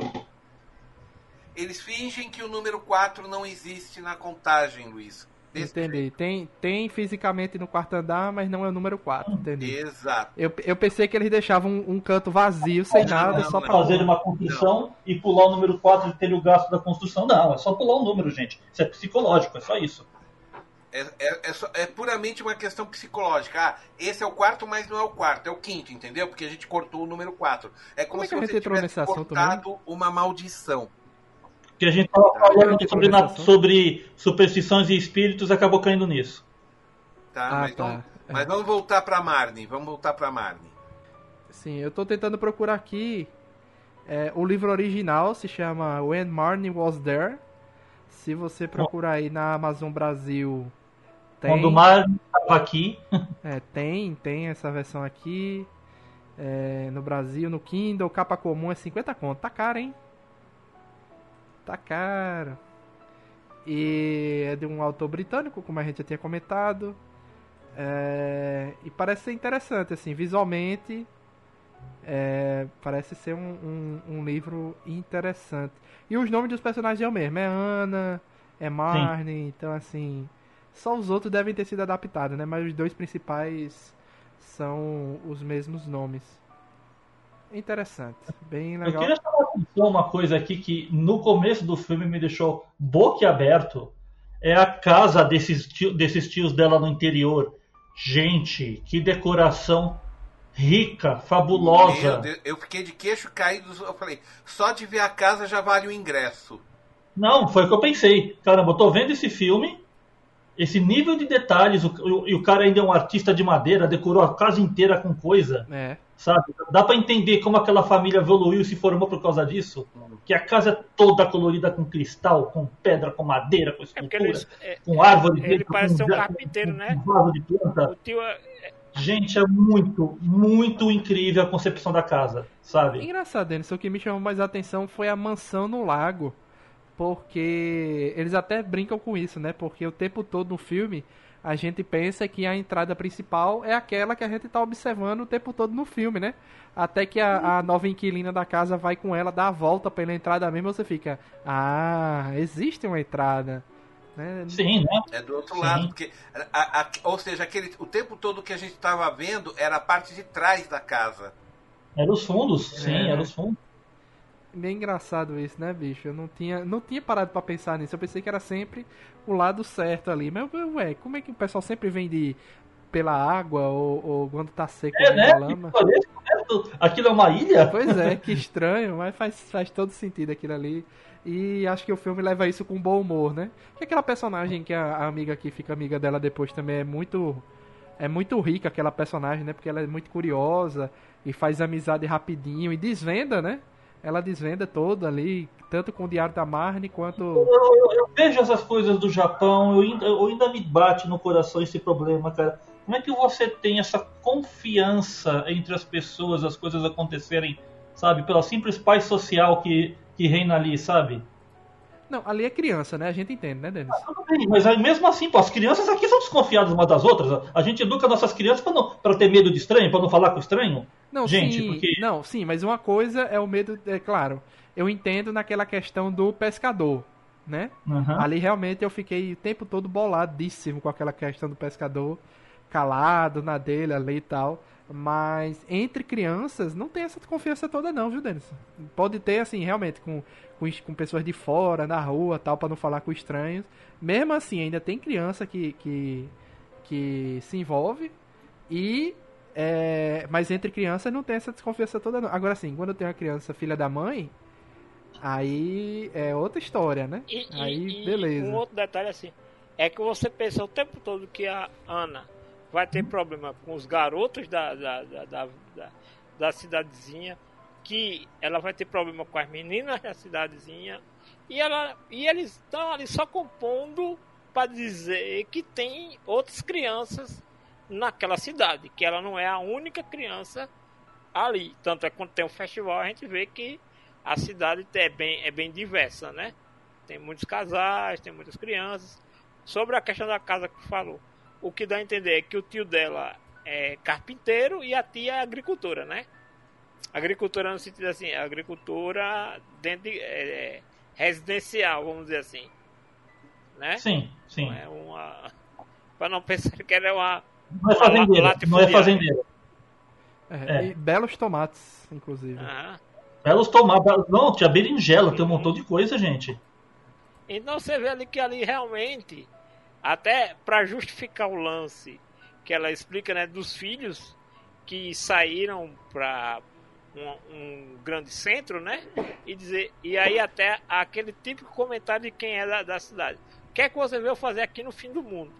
Eles fingem que o número quatro não existe na contagem, Luiz. Entendi. Tem, tem fisicamente no quarto andar, mas não é o número quatro. Entendi. Exato. Eu, eu pensei que eles deixavam um, um canto vazio, sem não, nada, não, só não. pra fazer uma construção não. E pular o número quatro e ter o gasto da construção. Não, é só pular o número, gente. Isso é psicológico, é só isso. É, é, é, só, é puramente uma questão psicológica. Ah, esse é o quarto, mas não é o quarto, é o quinto, entendeu? Porque a gente cortou o número quatro. É como, como é se você tivesse cortado uma maldição. Que a gente estava falando sobre, na, sobre superstições e espíritos e acabou caindo nisso. Tá, ah, mas, tá. Vamos, é. mas vamos voltar para Marnie. Vamos voltar para Marnie. Sim, eu estou tentando procurar aqui. É, o livro original se chama When Marnie Was There. Se você procurar aí na Amazon Brasil, tem. Quando Marnie estava aqui. É, tem, tem essa versão aqui. É, no Brasil, no Kindle, capa comum é cinquenta conto. Tá caro, hein? Tá caro. E é de um autor britânico, como a gente já tinha comentado. É, e parece ser interessante, assim, visualmente. É, parece ser um, um, um livro interessante. E os nomes dos personagens é o mesmo: é Ana, é Marnie. Então, assim, só os outros devem ter sido adaptados, né? Mas os dois principais são os mesmos nomes. Interessante, bem legal. Eu queria chamar a atenção uma coisa aqui que no começo do filme me deixou boquiaberto. É a casa desses, tio, desses tios dela no interior. Gente, que decoração rica, fabulosa. Meu Deus, eu fiquei de queixo caído. Eu falei, só de ver a casa já vale o ingresso. Não, foi o que eu pensei. Caramba, eu tô vendo esse filme, esse nível de detalhes, o, o, e o cara ainda é um artista de madeira, decorou a casa inteira com coisa. É. Sabe? Dá pra entender como aquela família evoluiu e se formou por causa disso. Que a casa é toda colorida com cristal, com pedra, com madeira, com escultura, É eles, é, com árvore. Ele com, parece ser um com, carpinteiro, com, né? Com vaso de planta. O tio é... Gente, é muito, muito incrível a concepção da casa, sabe? Engraçado, Denis, o que me chamou mais a atenção foi a mansão no lago. Porque eles até brincam com isso, né? Porque o tempo todo no filme a gente pensa que a entrada principal é aquela que a gente tá observando o tempo todo no filme, né? Até que a, a nova inquilina da casa vai com ela, dá a volta pela entrada mesmo, você fica... Ah, existe uma entrada. Né? Sim, né? É do outro Sim. lado, porque... A, a, ou seja, aquele, o tempo todo que a gente estava vendo era a parte de trás da casa. Era os fundos, sim, É. era os fundos. Bem engraçado isso, né, bicho? Eu não tinha, não tinha parado pra pensar nisso. Eu pensei que era sempre o lado certo ali. Mas, ué, como é que o pessoal sempre vem de pela água ou, ou quando tá seco É, vem né? da lama? Que parece, né? Aquilo é uma ilha? Pois é, que estranho, mas faz, faz todo sentido aquilo ali. E acho que o filme leva isso com bom humor, né? Que aquela personagem que a, a amiga que fica amiga dela depois também é muito... É muito rica aquela personagem, né? Porque ela é muito curiosa e faz amizade rapidinho e desvenda, né? Ela desvenda toda ali, tanto com o Diário da Marnie quanto... Eu, eu, eu vejo essas coisas do Japão, eu ainda, eu ainda me bate no coração esse problema, cara. Como é que você tem essa confiança entre as pessoas, as coisas acontecerem, sabe? Pela simples paz social que, que reina ali, sabe? Não, ali é criança, né? A gente entende, né, Denis? Ah, tudo bem, mas aí, mesmo assim, pô, as crianças aqui são desconfiadas umas das outras. A gente educa nossas crianças pra, não, pra ter medo de estranho, pra não falar com estranho. Não, gente, sim, porque... não, sim, mas uma coisa é o medo, é claro, eu entendo naquela questão do pescador, né? Uhum. Ali realmente eu fiquei o tempo todo boladíssimo com aquela questão do pescador, calado na dele ali e tal. Mas entre crianças não tem essa confiança toda não, viu, Denis? Pode ter, assim, realmente, com, com, com pessoas de fora, na rua, tal, pra não falar com estranhos. Mesmo assim, ainda tem criança que, que, que se envolve. E... É, mas entre crianças não tem essa desconfiança toda não. Agora sim, quando tem uma criança filha da mãe, aí é outra história, né? E, aí, e, beleza. E um outro detalhe assim, é que você pensa o tempo todo que a Ana vai ter problema com os garotos da, da, da, da, da, da cidadezinha, que ela vai ter problema com as meninas da cidadezinha, e, ela, e eles estão ali só compondo para dizer que tem outras crianças naquela cidade, que ela não é a única criança ali. Tanto é que quando tem um festival a gente vê que a cidade é bem, é bem diversa, né? Tem muitos casais, tem muitas crianças. Sobre a questão da casa que falou, o que dá a entender é que o tio dela é carpinteiro e a tia é agricultora, né? Agricultora no sentido assim, agricultura dentro de, é, residencial, vamos dizer assim, né? Sim, sim. Não é uma... Para não pensar que ela é uma... Não é fazendeira, não é fazendeira. É, É. E belos tomates, inclusive. Aham. Belos tomates. Não, tinha berinjela, tem um montão de coisa, gente. Então você vê ali que ali realmente, até para justificar o lance que ela explica, né, dos filhos que saíram para um, um grande centro, né, e dizer, e aí até aquele típico comentário de quem é da, da cidade. O que é que você veio fazer aqui no fim do mundo?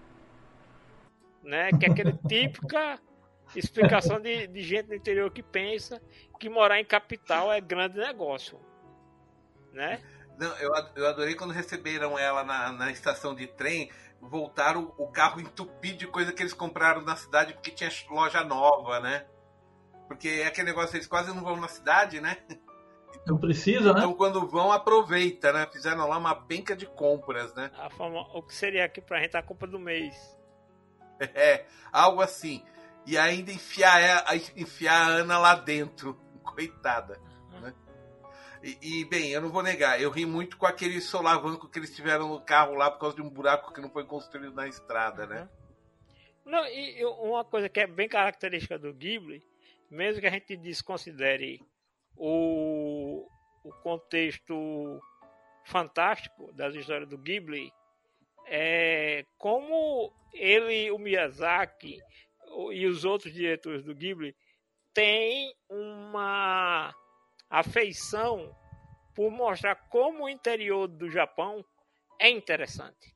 Né, que é aquele típica explicação de, de gente do interior que pensa que morar em capital é grande negócio, né? Não, eu, eu adorei quando receberam ela na, na estação de trem, voltaram o carro entupido de coisa que eles compraram na cidade porque tinha loja nova, né? Porque é aquele negócio, eles quase não vão na cidade, né? Não precisa, né? Então quando vão, aproveita, né? Fizeram lá uma penca de compras, né? A forma, o que seria aqui pra gente a compra do mês. É, algo assim. E ainda enfiar, enfiar a Ana lá dentro. Coitada. Né? E, e, bem, eu não vou negar, eu ri muito com aquele solavanco que eles tiveram no carro lá por causa de um buraco que não foi construído na estrada, né? Não, e uma coisa que é bem característica do Ghibli, mesmo que a gente desconsidere o, o contexto fantástico das histórias do Ghibli, é como ele, o Miyazaki e os outros diretores do Ghibli têm uma afeição por mostrar como o interior do Japão é interessante.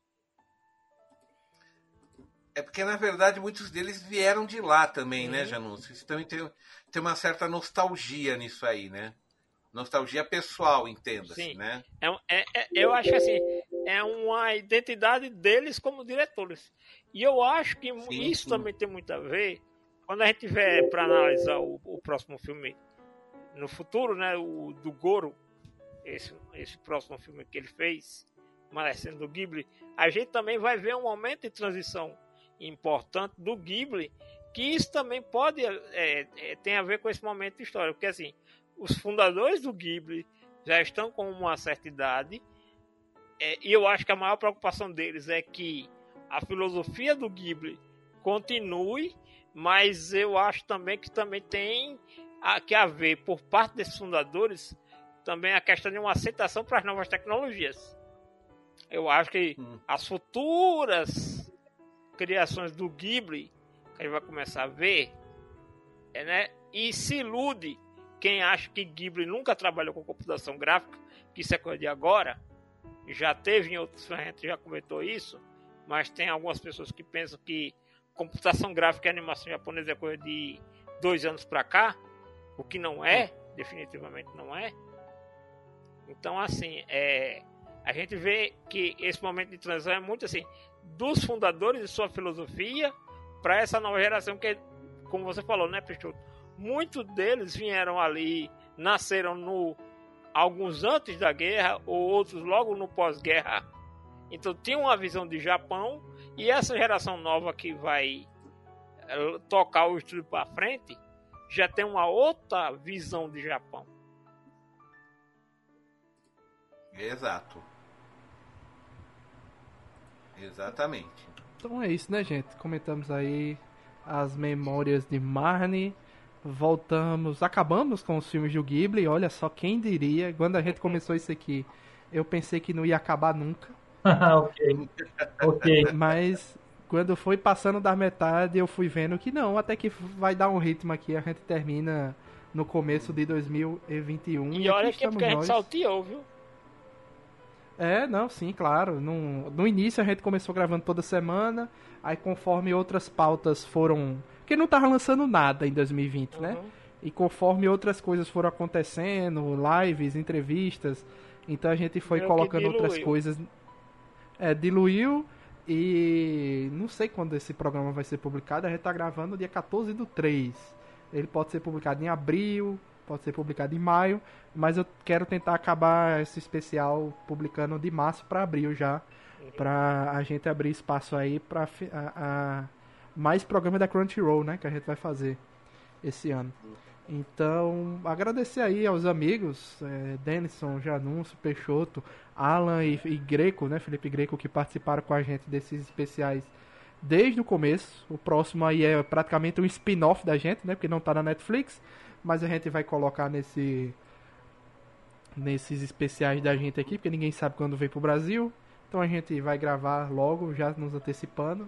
É porque, na verdade, muitos deles vieram de lá também, uhum. né, Janúncio? Então tem, tem uma certa nostalgia nisso aí, né? Nostalgia pessoal, entenda-se, né? É, é, é, eu acho que assim, é uma identidade deles como diretores. E eu acho que sim, isso sim. também tem muito a ver quando a gente tiver para analisar o, o próximo filme no futuro, né? O do Goro, esse, esse próximo filme que ele fez, Malecendo do Ghibli, a gente também vai ver um momento de transição importante do Ghibli, que isso também pode é, é, tem a ver com esse momento histórico, porque assim, os fundadores do Ghibli já estão com uma certa idade, é, e eu acho que a maior preocupação deles é que a filosofia do Ghibli continue, mas eu acho também que também tem a, que haver por parte desses fundadores também a questão de uma aceitação para as novas tecnologias. Eu acho que hum. as futuras criações do Ghibli que a gente vai começar a ver, é, né? E se ilude quem acha que Ghibli nunca trabalhou com computação gráfica, que isso é coisa de agora. Já teve em outros, a gente já comentou isso, mas tem algumas pessoas que pensam que computação gráfica e animação japonesa é coisa de dois anos para cá, o que não é, definitivamente não é. Então, assim, é, a gente vê que esse momento de transição é muito assim, dos fundadores de sua filosofia para essa nova geração, que, como você falou, né, Peixoto? Muitos deles vieram ali, nasceram no alguns antes da guerra, ou outros logo no pós-guerra. Então tinha uma visão de Japão, e essa geração nova que vai tocar o estúdio para frente já tem uma outra visão de Japão. Exato. Exatamente. Então é isso, né, gente? Comentamos aí as memórias de Marnie. Voltamos, acabamos com os filmes do Ghibli. Olha só, quem diria? Quando a gente começou isso aqui, eu pensei que não ia acabar nunca. ok, ok. Mas quando foi passando da metade, eu fui vendo que não, até que vai dar um ritmo aqui. A gente termina no começo de dois mil e vinte e um. E, e olha que é porque a gente salteou, viu? É, não, sim, claro. No, no início a gente começou gravando toda semana, aí conforme outras pautas foram... Porque não tava lançando nada em dois mil e vinte, uhum. né? E conforme outras coisas foram acontecendo, lives, entrevistas, então a gente foi Meu colocando outras coisas. É, diluiu e não sei quando esse programa vai ser publicado, a gente tá gravando no dia quatorze do três. Ele pode ser publicado em abril, pode ser publicado em maio, mas eu quero tentar acabar esse especial publicando de março para abril já, pra a gente abrir espaço aí pra a, a, mais programa da Crunchyroll, né, que a gente vai fazer esse ano. Então, agradecer aí aos amigos, é, Denison, Janúncio, Peixoto, Alan e, e Greco, né, Felipe Greco, que participaram com a gente desses especiais desde o começo. O próximo aí é praticamente um spin-off da gente, né, porque não tá na Netflix, mas a gente vai colocar nesse nesses especiais da gente aqui, porque ninguém sabe quando vem pro Brasil. Então a gente vai gravar logo, já nos antecipando.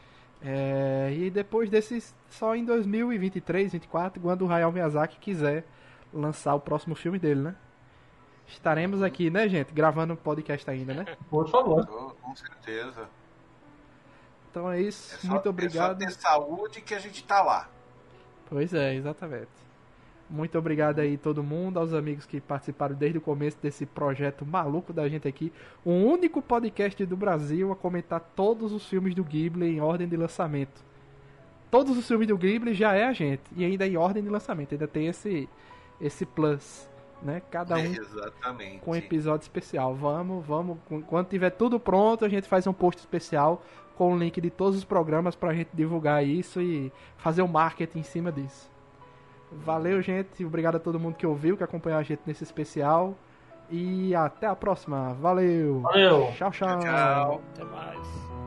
É, e depois desses, só em dois mil e vinte e três, vinte e quatro, quando o Hayao Miyazaki quiser lançar o próximo filme dele, né? Estaremos aqui, né, gente? Gravando um podcast ainda, né? Por favor. Com certeza. Então é isso. É só, muito obrigado. É só ter saúde que a gente tá lá. Pois é, exatamente. Muito obrigado aí todo mundo, aos amigos que participaram desde o começo desse projeto maluco da gente aqui. O único podcast do Brasil a comentar todos os filmes do Ghibli em ordem de lançamento. todos os filmes do Ghibli já é a gente. E ainda em ordem de lançamento. Ainda tem esse, esse plus, né? Cada um Exatamente. com episódio especial. Vamos, vamos. Quando tiver tudo pronto, a gente faz um post especial com o link de todos os programas pra gente divulgar isso e fazer o marketing em cima disso. Valeu, gente. Obrigado a todo mundo que ouviu, que acompanhou a gente nesse especial. E até a próxima. Valeu. Valeu. Tchau, tchau. Tchau. Até mais.